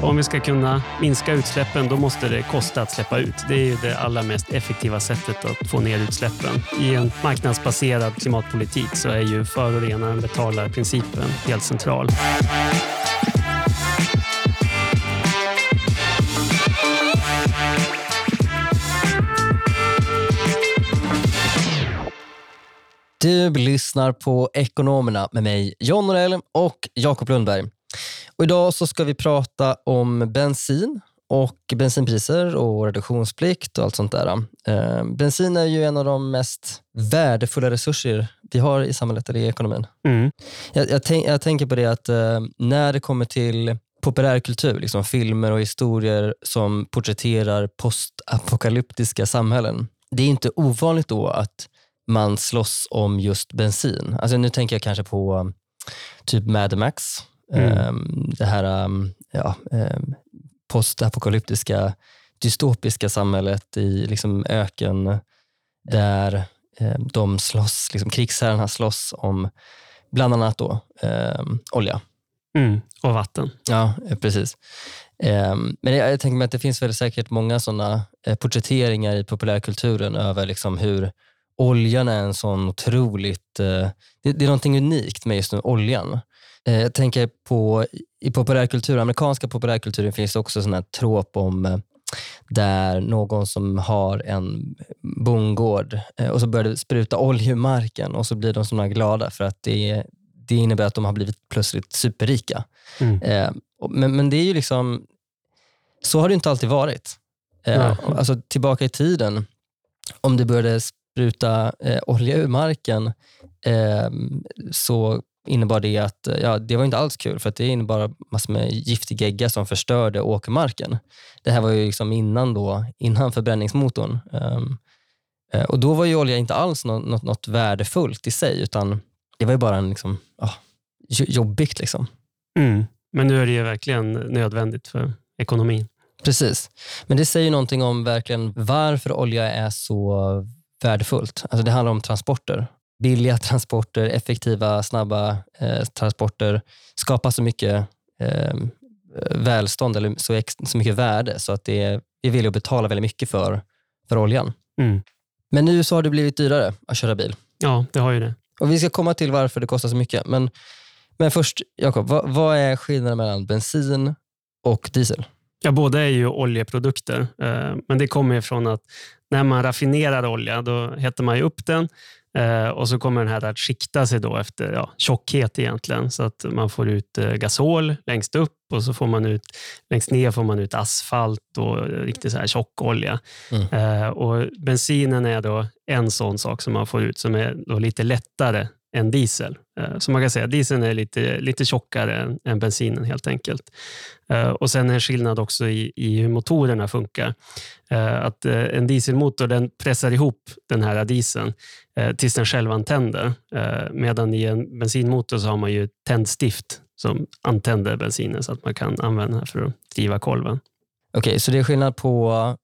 Om vi ska kunna minska utsläppen, då måste det kosta att släppa ut. Det är ju det allra mest effektiva sättet att få ner utsläppen. I en marknadsbaserad klimatpolitik så är ju förorenaren betalar principen helt central. Du lyssnar på Ekonomerna med mig, John Norell och Jakob Lundberg. Och idag så ska vi prata om bensin och bensinpriser och reduktionsplikt och allt sånt där. Bensin är ju en av de mest värdefulla resurser vi har i samhället eller i ekonomin. Mm. Jag tänker på det att när det kommer till populärkultur, liksom filmer och historier som porträtterar postapokalyptiska samhällen, det är inte ovanligt då att man slåss om just bensin. Alltså nu tänker jag kanske på typ Mad Max. Det här postapokalyptiska dystopiska samhället i liksom öken där de slåss, liksom krigsherrarna slåss om bland annat då olja. Och vatten. Ja, precis. Men jag tänker mig att det finns väl säkert många sådana porträtteringar i populärkulturen över liksom hur oljan är en sån otroligt... Det är någonting unikt med just nu oljan. Jag tänker på i populärkultur, amerikanska populärkulturen finns det också sån här trop om där någon som har en bondgård och så börjar det spruta olja i marken och så blir de såna glada för att det innebär att de har blivit plötsligt superrika. Men det är ju liksom... Så har det inte alltid varit. Alltså tillbaka i tiden, om det började spruta olja ur marken så innebar det att det var inte alls kul för att det innebar massor med giftig gegga som förstörde åkermarken. Det här var ju liksom innan förbränningsmotorn. Och då var ju olja inte alls något värdefullt i sig utan det var ju bara en liksom, jobbigt liksom. Men nu är det ju verkligen nödvändigt för ekonomin. Precis. Men det säger någonting om verkligen varför olja är så värdefullt. Alltså det handlar om transporter. Billiga transporter, effektiva, snabba transporter skapar så mycket välstånd eller så mycket värde så att vi vill ju betala väldigt mycket för oljan. Men nu så har det blivit dyrare att köra bil. Ja, det har ju det. Och vi ska komma till varför det kostar så mycket. Men först, Jakob, vad är skillnaden mellan bensin och diesel? Ja, båda är ju oljeprodukter. Men det kommer ifrån att när man raffinerar olja, då hettar man ju upp den. Och så kommer den här att skikta sig då efter tjockhet egentligen. Så att man får ut gasol längst upp och så får man ut, längst ner får man ut asfalt och riktigt så här tjock olja. Och bensinen är då en sån sak som man får ut som är då lite lättare än diesel. Så man kan säga att dieseln är lite tjockare än bensinen helt enkelt. Och sen är en skillnad också i hur motorerna funkar. Att en dieselmotor den pressar ihop den här dieseln tills den själv antänder. Medan i en bensinmotor så har man ju tändstift som antänder bensinen så att man kan använda den för att driva kolven. Okej, så det är skillnad på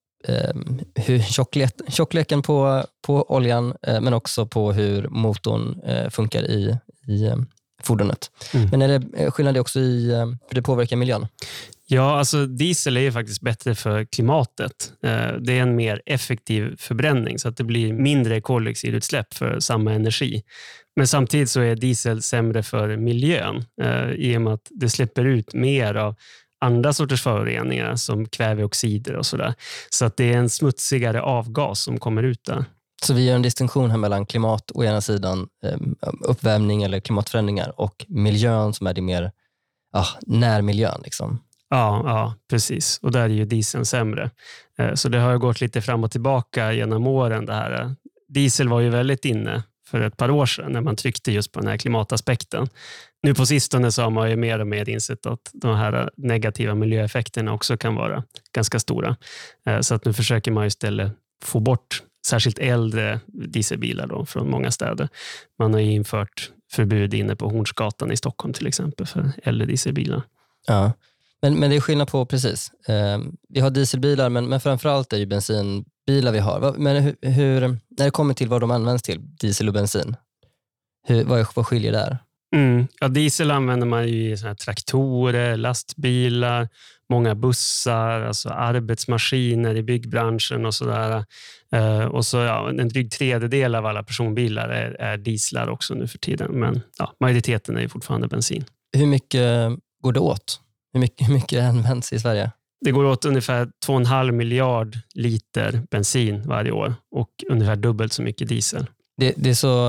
hur tjockleken på oljan men också på hur motorn funkar i fordonet. Men är det skillnad också i hur det påverkar miljön? Ja, alltså diesel är ju faktiskt bättre för klimatet. Det är en mer effektiv förbränning så att det blir mindre koldioxidutsläpp för samma energi. Men samtidigt så är diesel sämre för miljön i och med att det släpper ut mer av andra sorters föroreningar som kväveoxider och sådär. Så att det är en smutsigare avgas som kommer ut där. Så vi gör en distinktion här mellan klimat å ena sidan, uppvärmning eller klimatförändringar och miljön som är det mer närmiljön liksom. Ja, precis. Och där är ju dieseln sämre. Så det har gått lite fram och tillbaka genom åren det här. Diesel var ju väldigt inne för ett par år sedan när man tryckte just på den här klimataspekten. Nu på sistone så har man ju mer och mer insett att de här negativa miljöeffekterna också kan vara ganska stora. Så att nu försöker man istället få bort särskilt äldre dieselbilar då från många städer. Man har ju infört förbud inne på Hornsgatan i Stockholm till exempel för äldre dieselbilar. Ja, men det är skillnad på precis. Vi har dieselbilar men framförallt är ju bensinbilar vi har. Men hur när det kommer till vad de används till, diesel och bensin, vad skiljer där? Ja, diesel använder man ju i såna här traktorer, lastbilar, många bussar, alltså arbetsmaskiner i byggbranschen och sådär. Och så en dryg tredjedel av alla personbilar är dieslar också nu för tiden. Men majoriteten är ju fortfarande bensin. Hur mycket går det åt? Hur mycket används i Sverige? Det går åt ungefär 2,5 miljard liter bensin varje år och ungefär dubbelt så mycket diesel. Det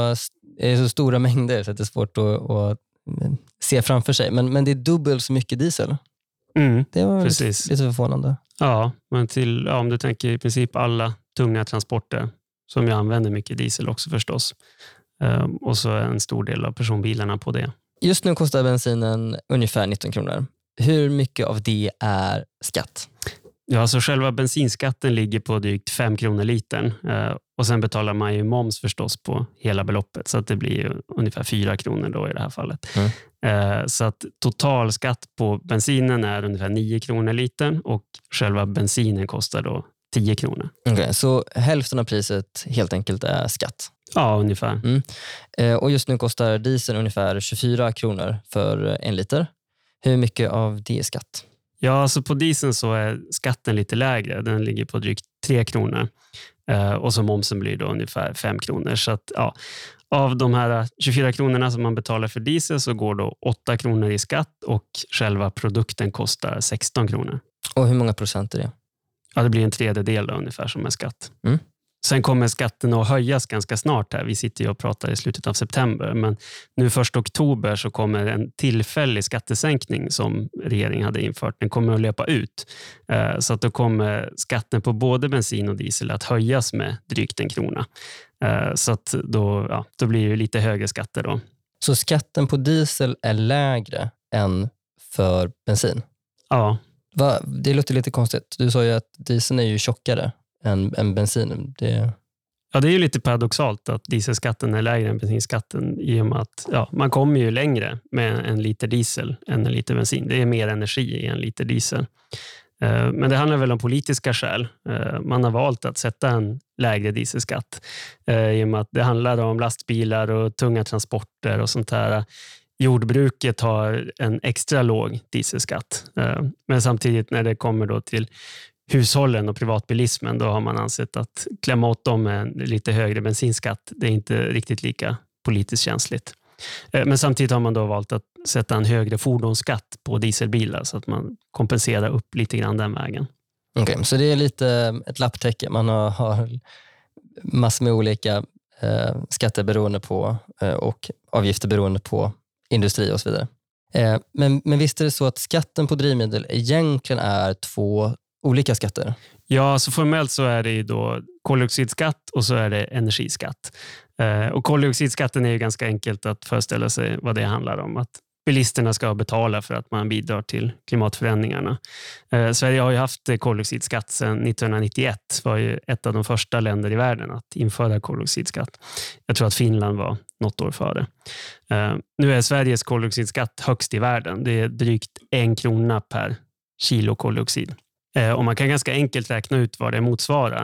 är så stora mängder så att det är svårt att se framför sig. Men det är dubbelt så mycket diesel. Det var lite förvånande. Ja, men om du tänker i princip alla tunga transporter som jag använder mycket diesel också förstås. Och så en stor del av personbilarna på det. Just nu kostar bensinen ungefär 19 kronor. Hur mycket av det är skatt? Ja, så själva bensinskatten ligger på drygt 5 kronor litern. Och sen betalar man ju moms förstås på hela beloppet. Så att det blir ju ungefär 4 kronor då i det här fallet. Så att totalskatt på bensinen är ungefär 9 kronor litern. Och själva bensinen kostar då 10 kronor. Okej, så hälften av priset helt enkelt är skatt? Ja, ungefär. Och just nu kostar diesel ungefär 24 kronor för en liter. Hur mycket av det är skatt? Ja, alltså på dieseln så är skatten lite lägre. Den ligger på drygt 3 kronor. Och så momsen blir då ungefär 5 kronor. Så att, av de här 24 kronorna som man betalar för diesel så går då 8 kronor i skatt och själva produkten kostar 16 kronor. Och hur många procent är det? Ja, det blir en tredjedel då ungefär som är skatt. Sen kommer skatten att höjas ganska snart här. Vi sitter ju och pratar i slutet av september. Men nu 1 oktober så kommer en tillfällig skattesänkning som regeringen hade infört. Den kommer att löpa ut. Så att då kommer skatten på både bensin och diesel att höjas med drygt 1 krona. Så att då blir det lite högre skatter då. Så skatten på diesel är lägre än för bensin? Ja. Det låter lite konstigt. Du sa ju att dieseln är ju tjockare än bensin. Ja, det är ju lite paradoxalt att dieselskatten är lägre än bensinskatten i och med att man kommer ju längre med en liter diesel än en liter bensin. Det är mer energi i en liter diesel. Men det handlar väl om politiska skäl. Man har valt att sätta en lägre dieselskatt i och med att det handlar om lastbilar och tunga transporter och sånt här. Jordbruket har en extra låg dieselskatt. Men samtidigt när det kommer då till hushållen och privatbilismen, då har man ansett att klämma åt dem med en lite högre bensinskatt. Det är inte riktigt lika politiskt känsligt. Men samtidigt har man då valt att sätta en högre fordonsskatt på dieselbilar så att man kompenserar upp lite grann den vägen. Okej, så det är lite ett lapptäcke. Man har massor med olika skatter beroende på och avgifter beroende på industri och så vidare. Men visst är det så att skatten på drivmedel egentligen är 2 olika skatter? Ja, så formellt så är det ju då koldioxidskatt och så är det energiskatt. Och koldioxidskatten är ju ganska enkelt att föreställa sig vad det handlar om. Att bilisterna ska betala för att man bidrar till klimatförändringarna. Sverige har ju haft koldioxidskatt sedan 1991. Var ju ett av de första länder i världen att införa koldioxidskatt. Jag tror att Finland var något år före. Nu är Sveriges koldioxidskatt högst i världen. Det är drygt 1 krona per kilo koldioxid. Och man kan ganska enkelt räkna ut vad det motsvarar.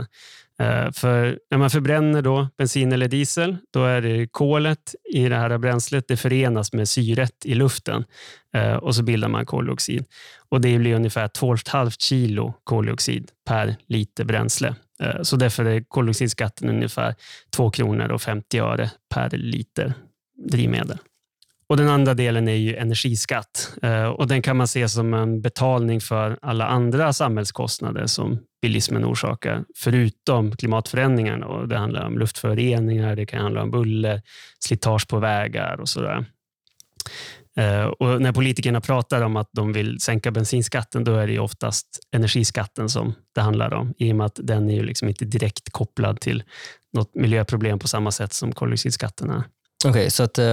För när man förbränner då bensin eller diesel, då är det kolet i det här bränslet, det förenas med syret i luften och så bildar man koldioxid. Och det blir ungefär 2,5 kilo koldioxid per liter bränsle. Så därför är koldioxidskatten ungefär 2 kronor och 50 öre per liter drivmedel. Och den andra delen är ju energiskatt. Och den kan man se som en betalning för alla andra samhällskostnader som bilismen orsakar, förutom klimatförändringarna. Och det handlar om luftföroreningar, det kan handla om buller, slitage på vägar och sådär. Och när politikerna pratar om att de vill sänka bensinskatten, då är det ju oftast energiskatten som det handlar om. I och med att den är ju liksom inte direkt kopplad till något miljöproblem på samma sätt som koldioxidskatten är. Okej, så att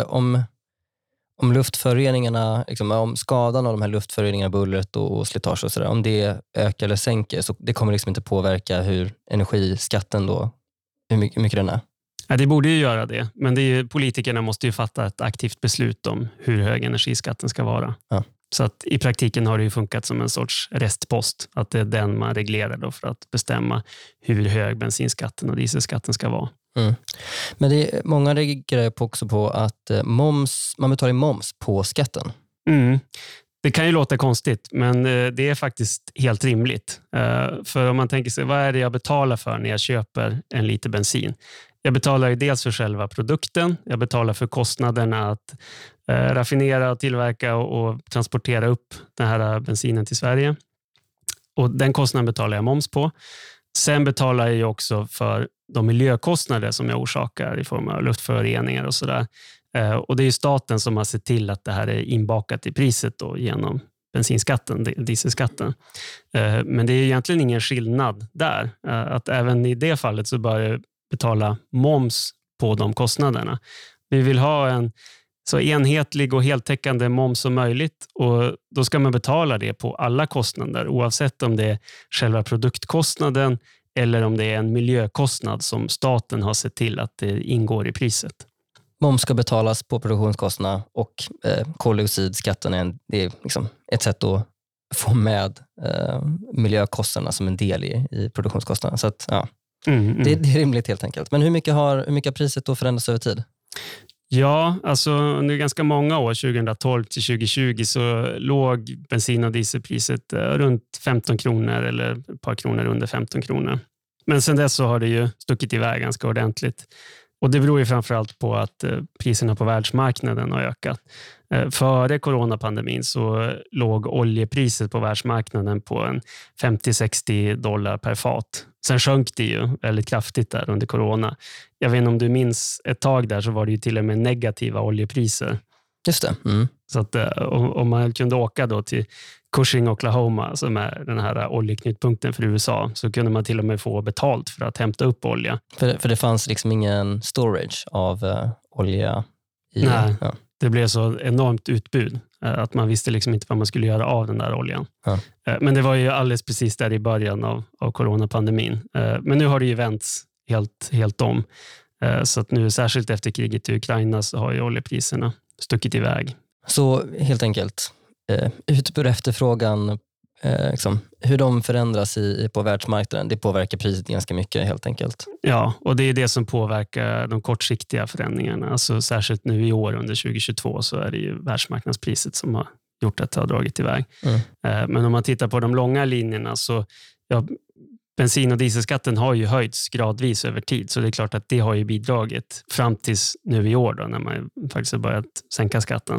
om luftföroreningarna, liksom, om skadan av de här luftföroreningarna, bullret och slitage och sådär, om det ökar eller sänker, så det kommer liksom inte påverka hur energiskatten då, hur mycket den är? Ja, det borde ju göra det, men politikerna måste ju fatta ett aktivt beslut om hur hög energiskatten ska vara. Ja. Så att i praktiken har det ju funkat som en sorts restpost, att det är den man reglerar då för att bestämma hur hög bensinskatten och dieselskatten ska vara. Mm. Men många reagerar också på att man betalar moms på skatten. Mm. Det kan ju låta konstigt, men det är faktiskt helt rimligt. För om man tänker sig, vad är det jag betalar för när jag köper en liter bensin? Jag betalar ju dels för själva produkten, jag betalar för kostnaderna att raffinera, tillverka och transportera upp den här bensinen till Sverige. Och den kostnaden betalar jag moms på. Sen betalar jag också för de miljökostnader som jag orsakar i form av luftföroreningar och sådär. Och det är ju staten som har sett till att det här är inbakat i priset då, genom bensinskatten, dieselskatten. Men det är egentligen ingen skillnad där. Att även i det fallet så bör jag betala moms på de kostnaderna. Vi vill ha en så enhetlig och heltäckande moms som möjligt, och då ska man betala det på alla kostnader oavsett om det är själva produktkostnaden eller om det är en miljökostnad som staten har sett till att det ingår i priset. Moms ska betalas på produktionskostnader och koldioxidskatten det är liksom ett sätt att få med miljökostnaderna som en del i produktionskostnaderna. Så att, ja. Det är rimligt helt enkelt. Men hur mycket har priset då förändrats över tid? Ja, alltså under ganska många år, 2012 till 2020, så låg bensin- och dieselpriset runt 15 kronor eller ett par kronor under 15 kronor. Men sen dess så har det ju stuckit iväg ganska ordentligt. Och det beror ju framförallt på att priserna på världsmarknaden har ökat. Före coronapandemin så låg oljepriset på världsmarknaden på en $50-60 per fat. Sen sjönk det ju väldigt kraftigt där under corona. Jag vet inte om du minns, ett tag där så var det ju till och med negativa oljepriser. Just det. Mm. Så att om man kunde åka då till Cushing, Oklahoma, som är den här oljeknutpunkten för USA, så kunde man till och med få betalt för att hämta upp olja. För det fanns liksom ingen storage av olja i... Nej, ja. Det blev så enormt utbud att man visste liksom inte vad man skulle göra av den där oljan. Ja. Men det var ju alldeles precis där i början av coronapandemin. Men nu har det ju vänts helt om. Så att nu, särskilt efter kriget i Ukraina, så har ju oljepriserna stuckit iväg. Så helt enkelt, utbud och efterfrågan, liksom, hur de förändras på världsmarknaden, det påverkar priset ganska mycket helt enkelt. Ja, och det är det som påverkar de kortsiktiga förändringarna. Alltså särskilt nu i år under 2022 så är det ju världsmarknadspriset som har gjort att det har dragit iväg. Men om man tittar på de långa linjerna så bensin- och dieselskatten har ju höjts gradvis över tid, så det är klart att det har ju bidragit fram tills nu i år då, när man faktiskt har börjat sänka skatten.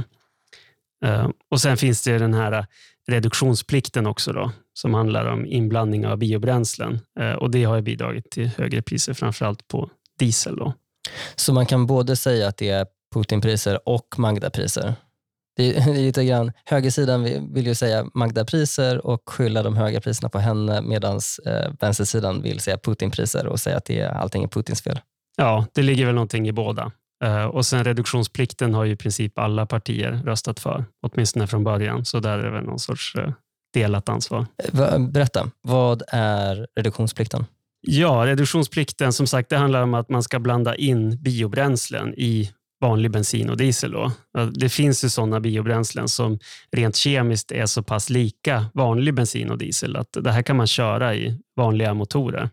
Och sen finns det den här reduktionsplikten också då, som handlar om inblandning av biobränslen, och det har ju bidragit till högre priser framförallt på diesel då. Så man kan både säga att det är Putin-priser och Magda-priser. Det är lite grann, högersidan vill ju säga Magda-priser och skylla de höga priserna på henne, medan vänstersidan vill säga Putin-priser och säga att allting är Putins fel. Ja, det ligger väl någonting i båda. Och sen reduktionsplikten har ju i princip alla partier röstat för, åtminstone från början. Så där är det väl någon sorts delat ansvar. Berätta, vad är reduktionsplikten? Ja, reduktionsplikten, som sagt, det handlar om att man ska blanda in biobränslen i vanlig bensin och diesel då. Det finns ju sådana biobränslen som rent kemiskt är så pass lika vanlig bensin och diesel att det här kan man köra i vanliga motorer.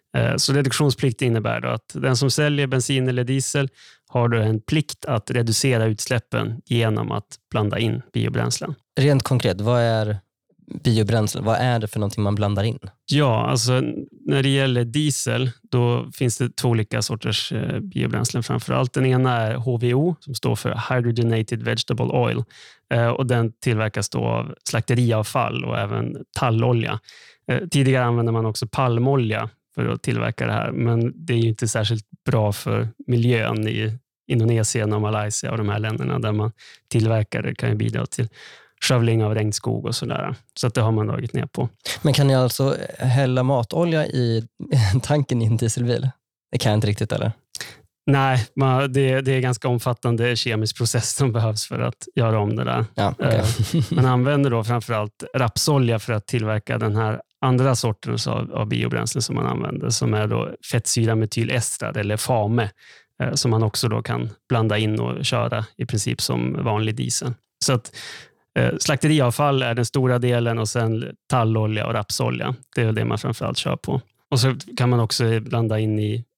Så reduktionsplikt innebär då att den som säljer bensin eller diesel har då en plikt att reducera utsläppen genom att blanda in biobränslen. Rent konkret, vad är biobränslen? Vad är det för någonting man blandar in? Ja, alltså när det gäller diesel då finns det två olika sorters biobränslen framförallt. Den ena är HVO som står för Hydrogenated Vegetable Oil, och den tillverkas då av slakteriavfall och även tallolja. Tidigare använde man också palmolja för att tillverka det här, men det är ju inte särskilt bra för miljön i Indonesien och Malaysia och de här länderna där man tillverkar det, kan ju bidra till skövling av regnskog och sådär. Så att det har man dragit ner på. Men kan jag alltså hälla matolja i tanken i en dieselbil? Det kan jag inte riktigt, eller? Nej, det är ganska omfattande kemisk process som behövs för att göra om det där. Ja, okay. Man använder då framförallt rapsolja för att tillverka den här andra sorten av biobränslen som man använder, som är då fettsyrametylestrad eller FAME, som man också då kan blanda in och köra i princip som vanlig diesel. Så att slakteriavfall är den stora delen och sen tallolja och rapsolja. Det är det man framförallt kör på. Och så kan man också blanda in i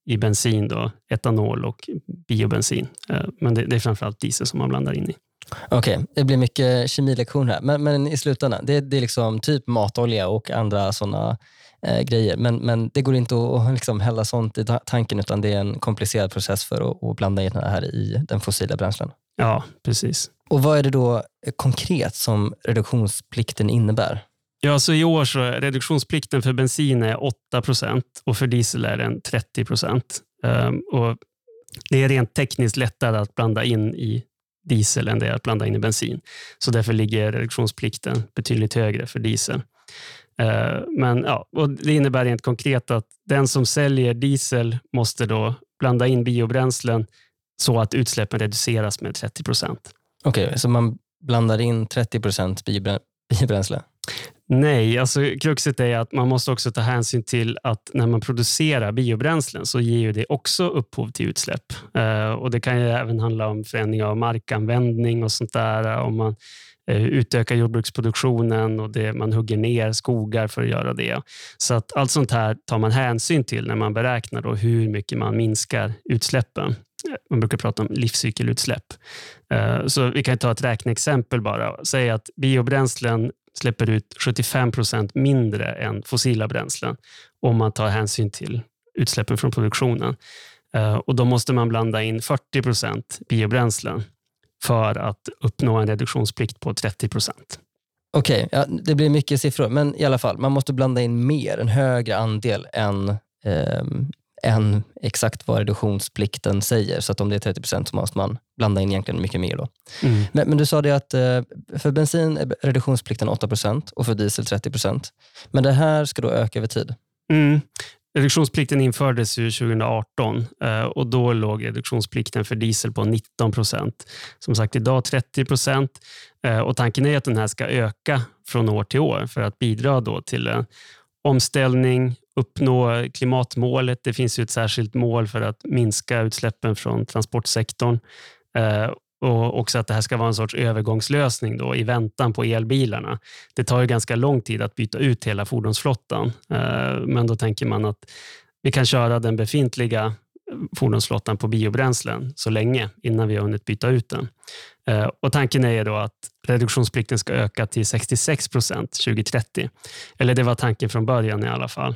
i bensin då, etanol och biobensin. Men det är framförallt diesel som man blandar in i. Okej, det blir mycket kemilektion här. Men i slutändan, det är liksom typ matolja och andra sådana grejer. Men det går inte att liksom hälla sånt i tanken, utan det är en komplicerad process för att blanda in det här i den fossila bränslen. Ja, precis. Och vad är det då konkret som reduktionsplikten innebär? Ja, så i år så är reduktionsplikten för bensin är 8% och för diesel är den 30%. Och det är rent tekniskt lättare att blanda in i diesel än det är att blanda in i bensin. Så därför ligger reduktionsplikten betydligt högre för diesel. Men ja, och det innebär rent konkret att den som säljer diesel måste då blanda in biobränslen så att utsläppen reduceras med 30%. Okej, så man blandar in 30% biobränsle? Nej, alltså kruxet är att man måste också ta hänsyn till att när man producerar biobränslen så ger ju det också upphov till utsläpp. Och det kan ju även handla om förändring av markanvändning och sånt där. Om man utökar jordbruksproduktionen och man hugger ner skogar för att göra det. Så att allt sånt här tar man hänsyn till när man beräknar då hur mycket man minskar utsläppen. Man brukar prata om livscykelutsläpp. Så vi kan ta ett räkneexempel bara. Säg att biobränslen släpper ut 75% mindre än fossila bränslen om man tar hänsyn till utsläppen från produktionen. Och då måste man blanda in 40% biobränslen för att uppnå en reduktionsplikt på 30%. Okej, ja, det blir mycket siffror, men i alla fall, man måste blanda in en högre andel än exakt vad reduktionsplikten säger. Så att om det är 30% så måste man blanda in egentligen mycket mer då. Mm. Men du sa det att för bensin är reduktionsplikten 8% och för diesel 30%. Men det här ska då öka över tid? Mm. Reduktionsplikten infördes ju 2018 och då låg reduktionsplikten för diesel på 19%. Som sagt, idag 30%. Och tanken är att den här ska öka från år till år för att bidra då till omställning, uppnå klimatmålet. Det finns ju ett särskilt mål för att minska utsläppen från transportsektorn. Och också att det här ska vara en sorts övergångslösning då i väntan på elbilarna. Det tar ju ganska lång tid att byta ut hela fordonsflottan. Men då tänker man att vi kan köra den befintliga fordonsflottan på biobränslen så länge innan vi har hunnit byta ut den. Och tanken är då att reduktionsplikten ska öka till 66% 2030. Eller det var tanken från början i alla fall.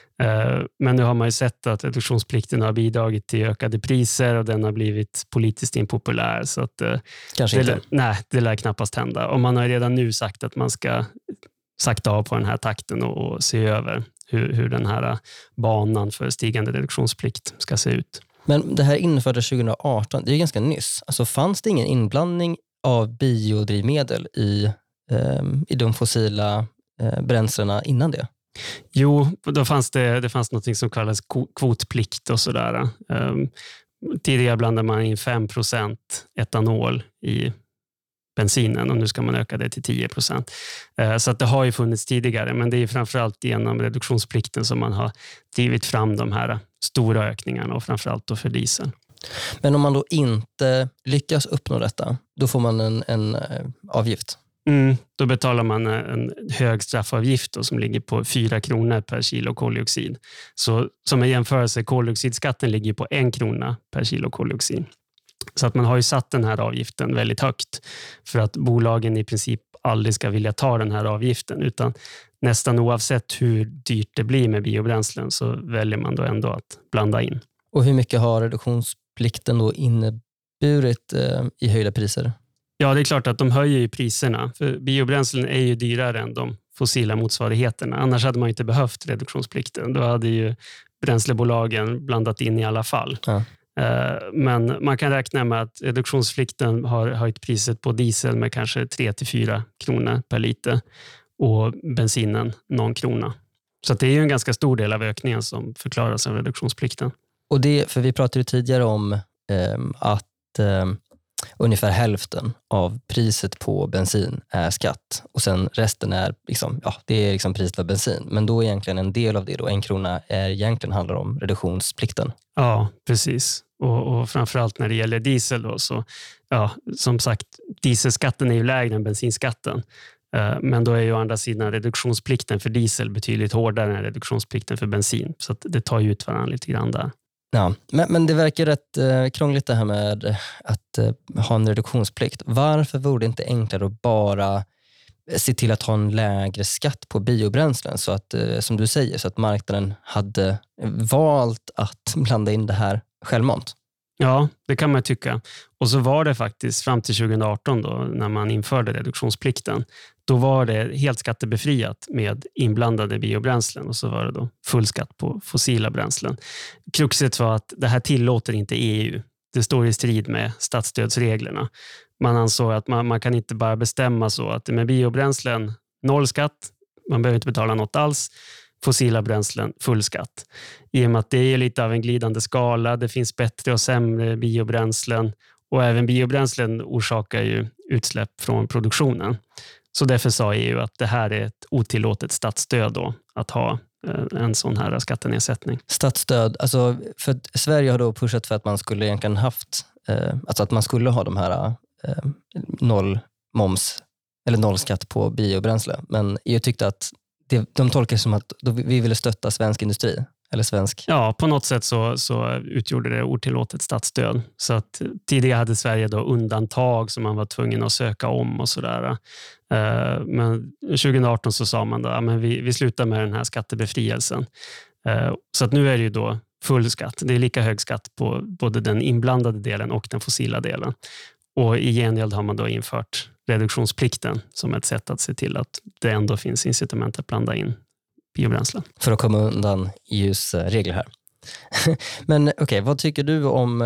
Men nu har man ju sett att reduktionsplikten har bidragit till ökade priser och den har blivit politiskt impopulär. Så att, kanske inte. Det lär knappast hända. Och man har redan nu sagt att man ska sakta av på den här takten och se över hur den här banan för stigande reduktionsplikt ska se ut. Men det här infördes 2018, det är ganska nyss. Alltså fanns det ingen inblandning av biodrivmedel i de fossila bränslena innan det? Jo, då fanns det fanns något som kallas kvotplikt och sådär. Tidigare blandade man in 5% etanol i bensinen och nu ska man öka det till 10%. Så att det har ju funnits tidigare, men det är framförallt genom reduktionsplikten som man har drivit fram de här stora ökningarna och framförallt då för diesel. Men om man då inte lyckas uppnå detta, då får man en avgift? Då betalar man en hög straffavgift då, som ligger på 4 kronor per kilo koldioxid. Så som en jämförelse, koldioxidskatten ligger på 1 krona per kilo koldioxid. Så att man har ju satt den här avgiften väldigt högt för att bolagen i princip aldrig ska vilja ta den här avgiften, utan nästan oavsett hur dyrt det blir med biobränslen så väljer man då ändå att blanda in. Och hur mycket har reduktionsplikten då inneburit i höjda priser? Ja, det är klart att de höjer ju priserna. För biobränslen är ju dyrare än de fossila motsvarigheterna. Annars hade man inte behövt reduktionsplikten. Då hade ju bränslebolagen blandat in i alla fall. Ja. Men man kan räkna med att reduktionsplikten har höjt priset på diesel med kanske 3-4 kronor per liter och bensinen någon krona. Så det är ju en ganska stor del av ökningen som förklaras av reduktionsplikten. Och det, för vi pratade ju tidigare om att ungefär hälften av priset på bensin är skatt och sen resten är det är liksom priset för bensin. Men då egentligen en del av det, då 1 krona, egentligen handlar om reduktionsplikten. Ja, precis. Och framförallt när det gäller diesel då, så som sagt, dieselskatten är ju lägre än bensinskatten. Men då är ju å andra sidan reduktionsplikten för diesel betydligt hårdare än reduktionsplikten för bensin. Så att det tar ju ut varandra lite grann där. Ja, men det verkar rätt krångligt det här med att ha en reduktionsplikt. Varför vore det inte enklare att bara se till att ha en lägre skatt på biobränslen så att, som du säger, så att marknaden hade valt att blanda in det här självmant? Ja, det kan man tycka. Och så var det faktiskt fram till 2018 då, när man införde reduktionsplikten. Då var det helt skattebefriat med inblandade biobränslen och så var det då full skatt på fossila bränslen. Kruxet var att det här tillåter inte EU. Det står i strid med statsstödsreglerna. Man ansåg att man kan inte bara bestämma så att med biobränslen noll skatt, man behöver inte betala något alls. Fossila bränslen full skatt. I och med att det är lite av en glidande skala. Det finns bättre och sämre biobränslen. Och även biobränslen orsakar ju utsläpp från produktionen. Så därför sa EU att det här är ett otillåtet statsstöd då, att ha en sån här skattenedsättning. Statsstöd, alltså för Sverige har då pushat för att man skulle egentligen haft, alltså att man skulle ha de här noll moms eller noll skatt på biobränsle. Men EU tyckte att de tolkar som att vi ville stötta svensk industri. Eller svensk. Ja, på något sätt så utgjorde det otillåtet statsstöd. Så att tidigare hade Sverige då undantag som man var tvungen att söka om och sådär. Men 2018 så sa man då, ja, men vi slutar med den här skattebefrielsen. Så att nu är det ju då full skatt. Det är lika hög skatt på både den inblandade delen och den fossila delen. Och i gengäld har man då infört reduktionsplikten som ett sätt att se till att det ändå finns incitament att blanda in biobränslen. För att komma undan EUs regler här. Men okej, vad tycker du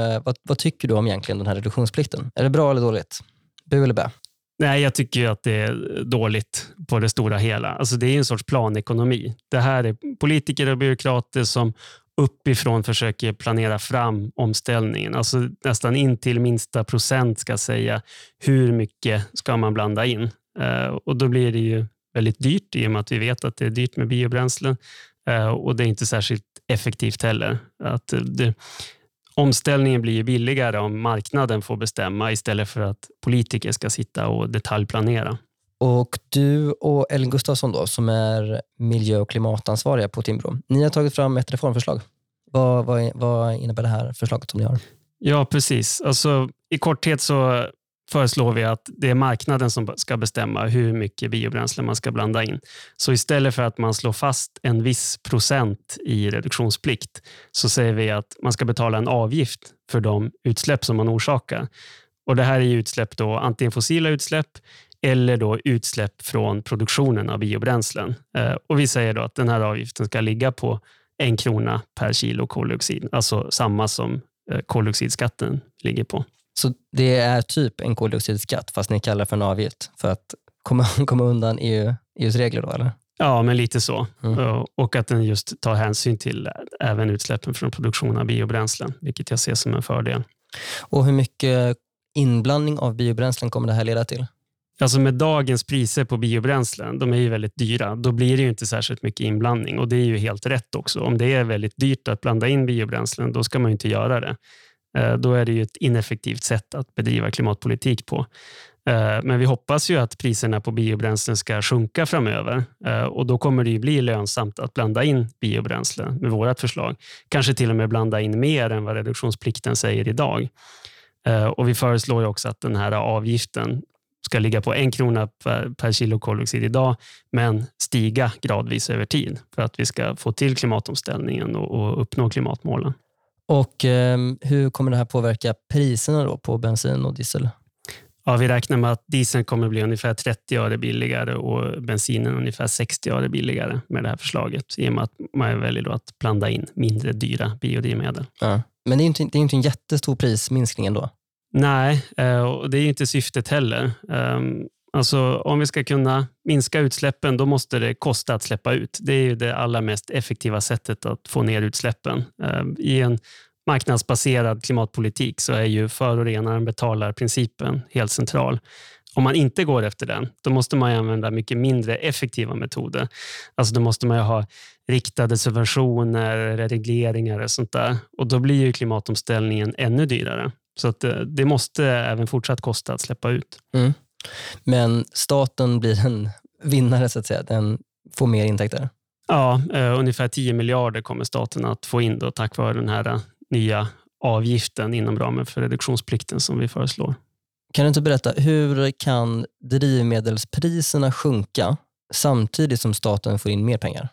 om egentligen den här reduktionsplikten? Är det bra eller dåligt? Bu eller bä? Nej, jag tycker ju att det är dåligt på det stora hela. Alltså det är en sorts planekonomi. Det här är politiker och byråkrater som uppifrån försöker planera fram omställningen. Alltså nästan in till minsta procent ska säga hur mycket ska man blanda in. Och då blir det ju väldigt dyrt i och med att vi vet att det är dyrt med biobränslen. Och det är inte särskilt effektivt heller. Omställningen blir ju billigare om marknaden får bestämma istället för att politiker ska sitta och detaljplanera. Och du och Ellen Gustafsson då, som är miljö- och klimatansvariga på Timbro, ni har tagit fram ett reformförslag. Vad innebär det här förslaget som ni har? Ja, precis. Alltså, i korthet så föreslår vi att det är marknaden som ska bestämma hur mycket biobränsle man ska blanda in. Så istället för att man slår fast en viss procent i reduktionsplikt så säger vi att man ska betala en avgift för de utsläpp som man orsakar. Och det här är utsläpp då, antingen fossila utsläpp eller då utsläpp från produktionen av biobränslen. Och vi säger då att den här avgiften ska ligga på 1 krona per kilo koldioxid. Alltså samma som koldioxidskatten ligger på. Så det är typ en koldioxidskatt fast ni kallar för en avgift för att komma undan EUs regler då, eller? Ja, men lite så. Och att den just tar hänsyn till även utsläppen från produktion av biobränslen, vilket jag ser som en fördel. Och hur mycket inblandning av biobränslen kommer det här leda till? Alltså med dagens priser på biobränslen, de är ju väldigt dyra. Då blir det ju inte särskilt mycket inblandning och det är ju helt rätt också. Om det är väldigt dyrt att blanda in biobränslen, då ska man ju inte göra det. Då är det ju ett ineffektivt sätt att bedriva klimatpolitik på. Men vi hoppas ju att priserna på biobränslen ska sjunka framöver och då kommer det ju bli lönsamt att blanda in biobränslen med vårt förslag. Kanske till och med blanda in mer än vad reduktionsplikten säger idag. Och vi föreslår ju också att den här avgiften ska ligga på 1 krona per kilo koldioxid idag, men stiga gradvis över tid för att vi ska få till klimatomställningen och uppnå klimatmålen. Och hur kommer det här påverka priserna då på bensin och diesel? Ja, vi räknar med att dieseln kommer bli ungefär 30 öre billigare och bensinen ungefär 60 öre billigare med det här förslaget. I och med att man väljer då att blanda in mindre dyra biodrivmedel. Ja. Men det är inte en jättestor prisminskning ändå. Nej, och det är ju inte syftet heller. Alltså, om vi ska kunna minska utsläppen, då måste det kosta att släppa ut. Det är ju det allra mest effektiva sättet att få ner utsläppen. I en marknadsbaserad klimatpolitik så är ju förorenaren betalar principen helt central. Om man inte går efter den, då måste man använda mycket mindre effektiva metoder. Alltså då måste man ju ha riktade subventioner eller regleringar och sånt där. Och då blir ju klimatomställningen ännu dyrare. Så att det måste även fortsatt kosta att släppa ut. Mm. Men staten blir en vinnare så att säga. Den får mer intäkter. Ja, ungefär 10 miljarder kommer staten att få in då, tack vare den här nya avgiften inom ramen för reduktionsplikten som vi föreslår. Kan du inte berätta, hur kan drivmedelspriserna sjunka samtidigt som staten får in mer pengar?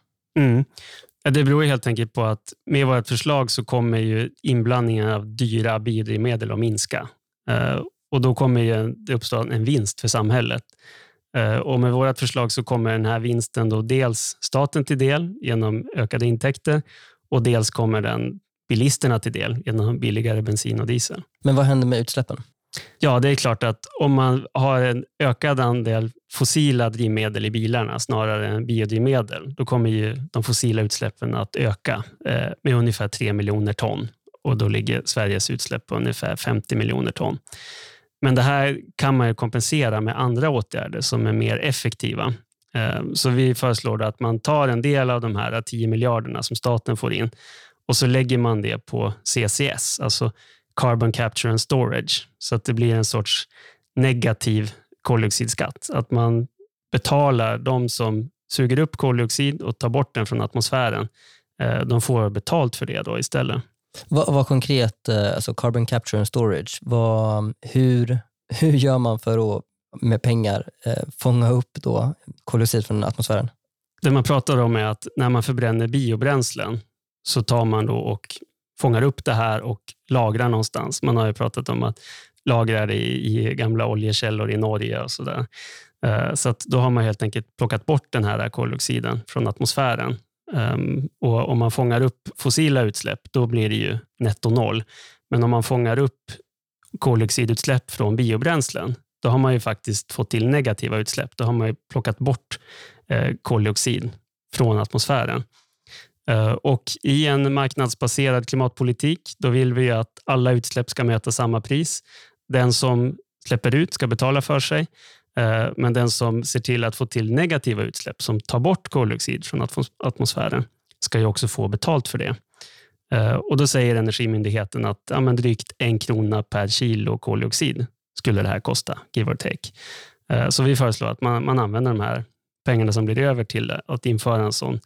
Det beror helt enkelt på att med vårt förslag så kommer ju inblandningen av dyra biodrivmedel att minska. Och då kommer ju det uppstå en vinst för samhället. Och med vårt förslag så kommer den här vinsten då dels staten till del genom ökade intäkter och dels kommer den bilisterna till del genom billigare bensin och diesel. Men vad händer med utsläppen? Ja, det är klart att om man har en ökad andel fossila drivmedel i bilarna snarare än biodrivmedel, då kommer ju de fossila utsläppen att öka med ungefär 3 miljoner ton. Och då ligger Sveriges utsläpp på ungefär 50 miljoner ton. Men det här kan man ju kompensera med andra åtgärder som är mer effektiva. Så vi föreslår att man tar en del av de här 10 miljarderna som staten får in och så lägger man det på CCS, alltså Carbon Capture and Storage, så att det blir en sorts negativ koldioxidskatt. Att man betalar de som suger upp koldioxid och tar bort den från atmosfären. De får betalt för det då istället. Vad konkret, alltså Carbon Capture and Storage, hur gör man för att med pengar fånga upp då koldioxid från atmosfären? Det man pratar om är att när man förbränner biobränslen så tar man då och fångar upp det här och lagrar någonstans. Man har ju pratat om att lagra det i gamla oljekällor i Norge och sådär. Så att då har man helt enkelt plockat bort den här koldioxiden från atmosfären. Och om man fångar upp fossila utsläpp, då blir det ju netto noll. Men om man fångar upp koldioxidutsläpp från biobränslen, då har man ju faktiskt fått till negativa utsläpp. Då har man ju plockat bort koldioxid från atmosfären. Och i en marknadsbaserad klimatpolitik, då vill vi att alla utsläpp ska möta samma pris. Den som släpper ut ska betala för sig, men den som ser till att få till negativa utsläpp som tar bort koldioxid från atmosfären ska ju också få betalt för det. Och då säger Energimyndigheten att drygt 1 krona per kilo koldioxid skulle det här kosta, give or take. Så vi föreslår att man använder de här pengarna som blir över till att införa en sån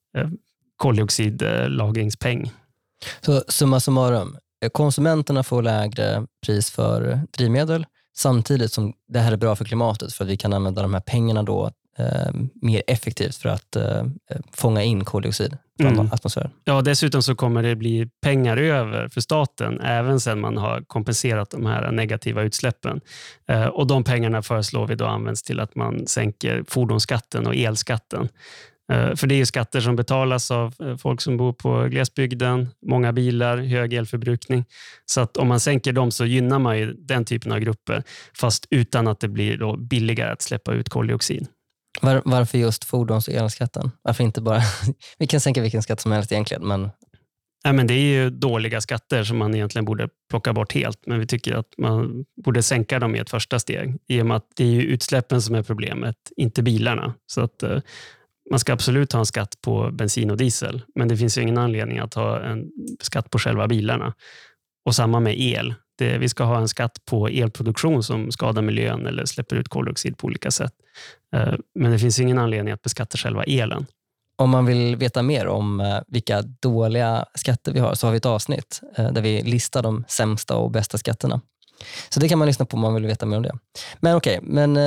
koldioxidlagringspeng. Så summa summarum, konsumenterna får lägre pris för drivmedel samtidigt som det här är bra för klimatet för att vi kan använda de här pengarna då mer effektivt för att fånga in koldioxid från atmosfären. Ja, dessutom så kommer det bli pengar över för staten även sedan man har kompenserat de här negativa utsläppen. Och de pengarna föreslår vi då används till att man sänker fordonsskatten och elskatten. För det är ju skatter som betalas av folk som bor på glesbygden, många bilar, hög elförbrukning. Så att om man sänker dem så gynnar man ju den typen av grupper fast utan att det blir då billigare att släppa ut koldioxid. Varför just fordons- och elskatten? Varför inte bara, vi kan sänka vilken skatt som helst egentligen, men... Nej, men det är ju dåliga skatter som man egentligen borde plocka bort helt. Men vi tycker att man borde sänka dem i ett första steg. I och med att det är ju utsläppen som är problemet, inte bilarna. Så att man ska absolut ha en skatt på bensin och diesel. Men det finns ju ingen anledning att ha en skatt på själva bilarna. Och samma med el. Vi ska ha en skatt på elproduktion som skadar miljön eller släpper ut koldioxid på olika sätt. Men det finns ingen anledning att beskatta själva elen. Om man vill veta mer om vilka dåliga skatter vi har så har vi ett avsnitt där vi listar de sämsta och bästa skatterna. Så det kan man lyssna på om man vill veta mer om det. Men okej,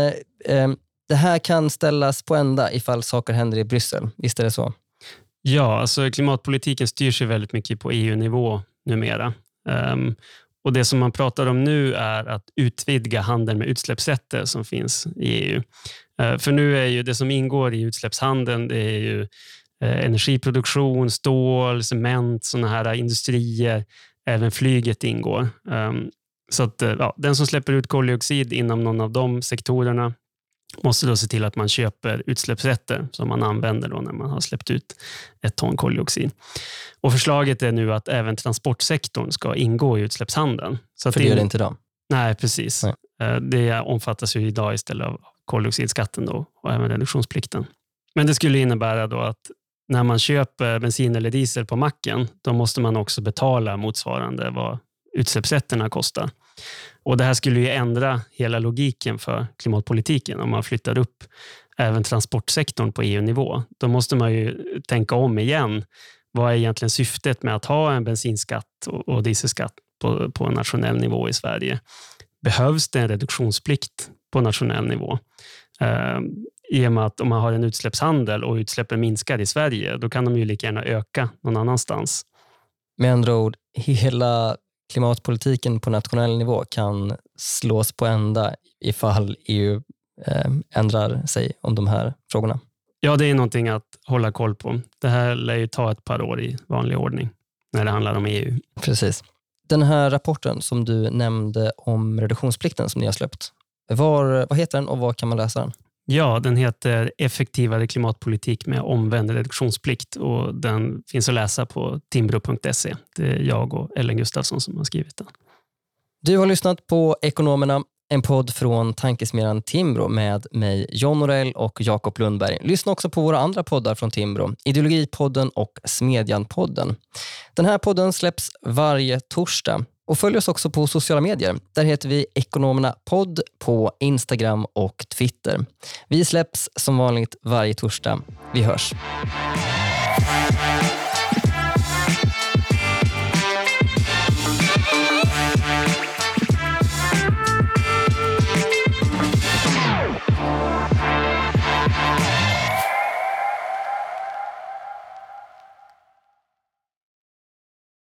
det här kan ställas på ända ifall saker händer i Bryssel. Visst är det så? Ja, alltså klimatpolitiken styrs ju väldigt mycket på EU-nivå numera. Och det som man pratar om nu är att utvidga handeln med utsläppsrätter som finns i EU. För nu är ju det som ingår i utsläppshandeln, det är ju energiproduktion, stål, cement, sådana här industrier, även flyget ingår. Så att den som släpper ut koldioxid inom någon av de sektorerna måste då se till att man köper utsläppsrätter som man använder då när man har släppt ut 1 ton koldioxid. Och förslaget är nu att även transportsektorn ska ingå i utsläppshandeln. Så att för det gör det inte idag? Nej, precis. Nej. Det omfattas ju idag istället av koldioxidskatten då, och även reduktionsplikten. Men det skulle innebära då att när man köper bensin eller diesel på macken, då måste man också betala motsvarande vad utsläppsrätterna kostar. Och det här skulle ju ändra hela logiken för klimatpolitiken om man flyttar upp även transportsektorn på EU-nivå. Då måste man ju tänka om igen vad är egentligen syftet med att ha en bensinskatt och dieselskatt på en nationell nivå i Sverige? Behövs det en reduktionsplikt på nationell nivå? I och med att om man har en utsläppshandel och utsläppen minskar i Sverige, då kan de ju lika gärna öka någon annanstans. Med andra ord, hela klimatpolitiken på nationell nivå kan slås på ända ifall EU ändrar sig om de här frågorna. Ja, det är någonting att hålla koll på. Det här lär ju ta ett par år i vanlig ordning när det handlar om EU. Precis. Den här rapporten som du nämnde om reduktionsplikten som ni har släppt, vad heter den och var kan man läsa den? Ja, den heter Effektivare klimatpolitik med omvänd reduktionsplikt och den finns att läsa på timbro.se. Det är jag och Ellen Gustafsson som har skrivit den. Du har lyssnat på Ekonomerna, en podd från tankesmedjan Timbro med mig John Norell och Jakob Lundberg. Lyssna också på våra andra poddar från Timbro, Ideologipodden och Smedjan-podden. Den här podden släpps varje torsdag. Och följ oss också på sociala medier. Där heter vi Ekonomerna podd på Instagram och Twitter. Vi släpps som vanligt varje torsdag. Vi hörs.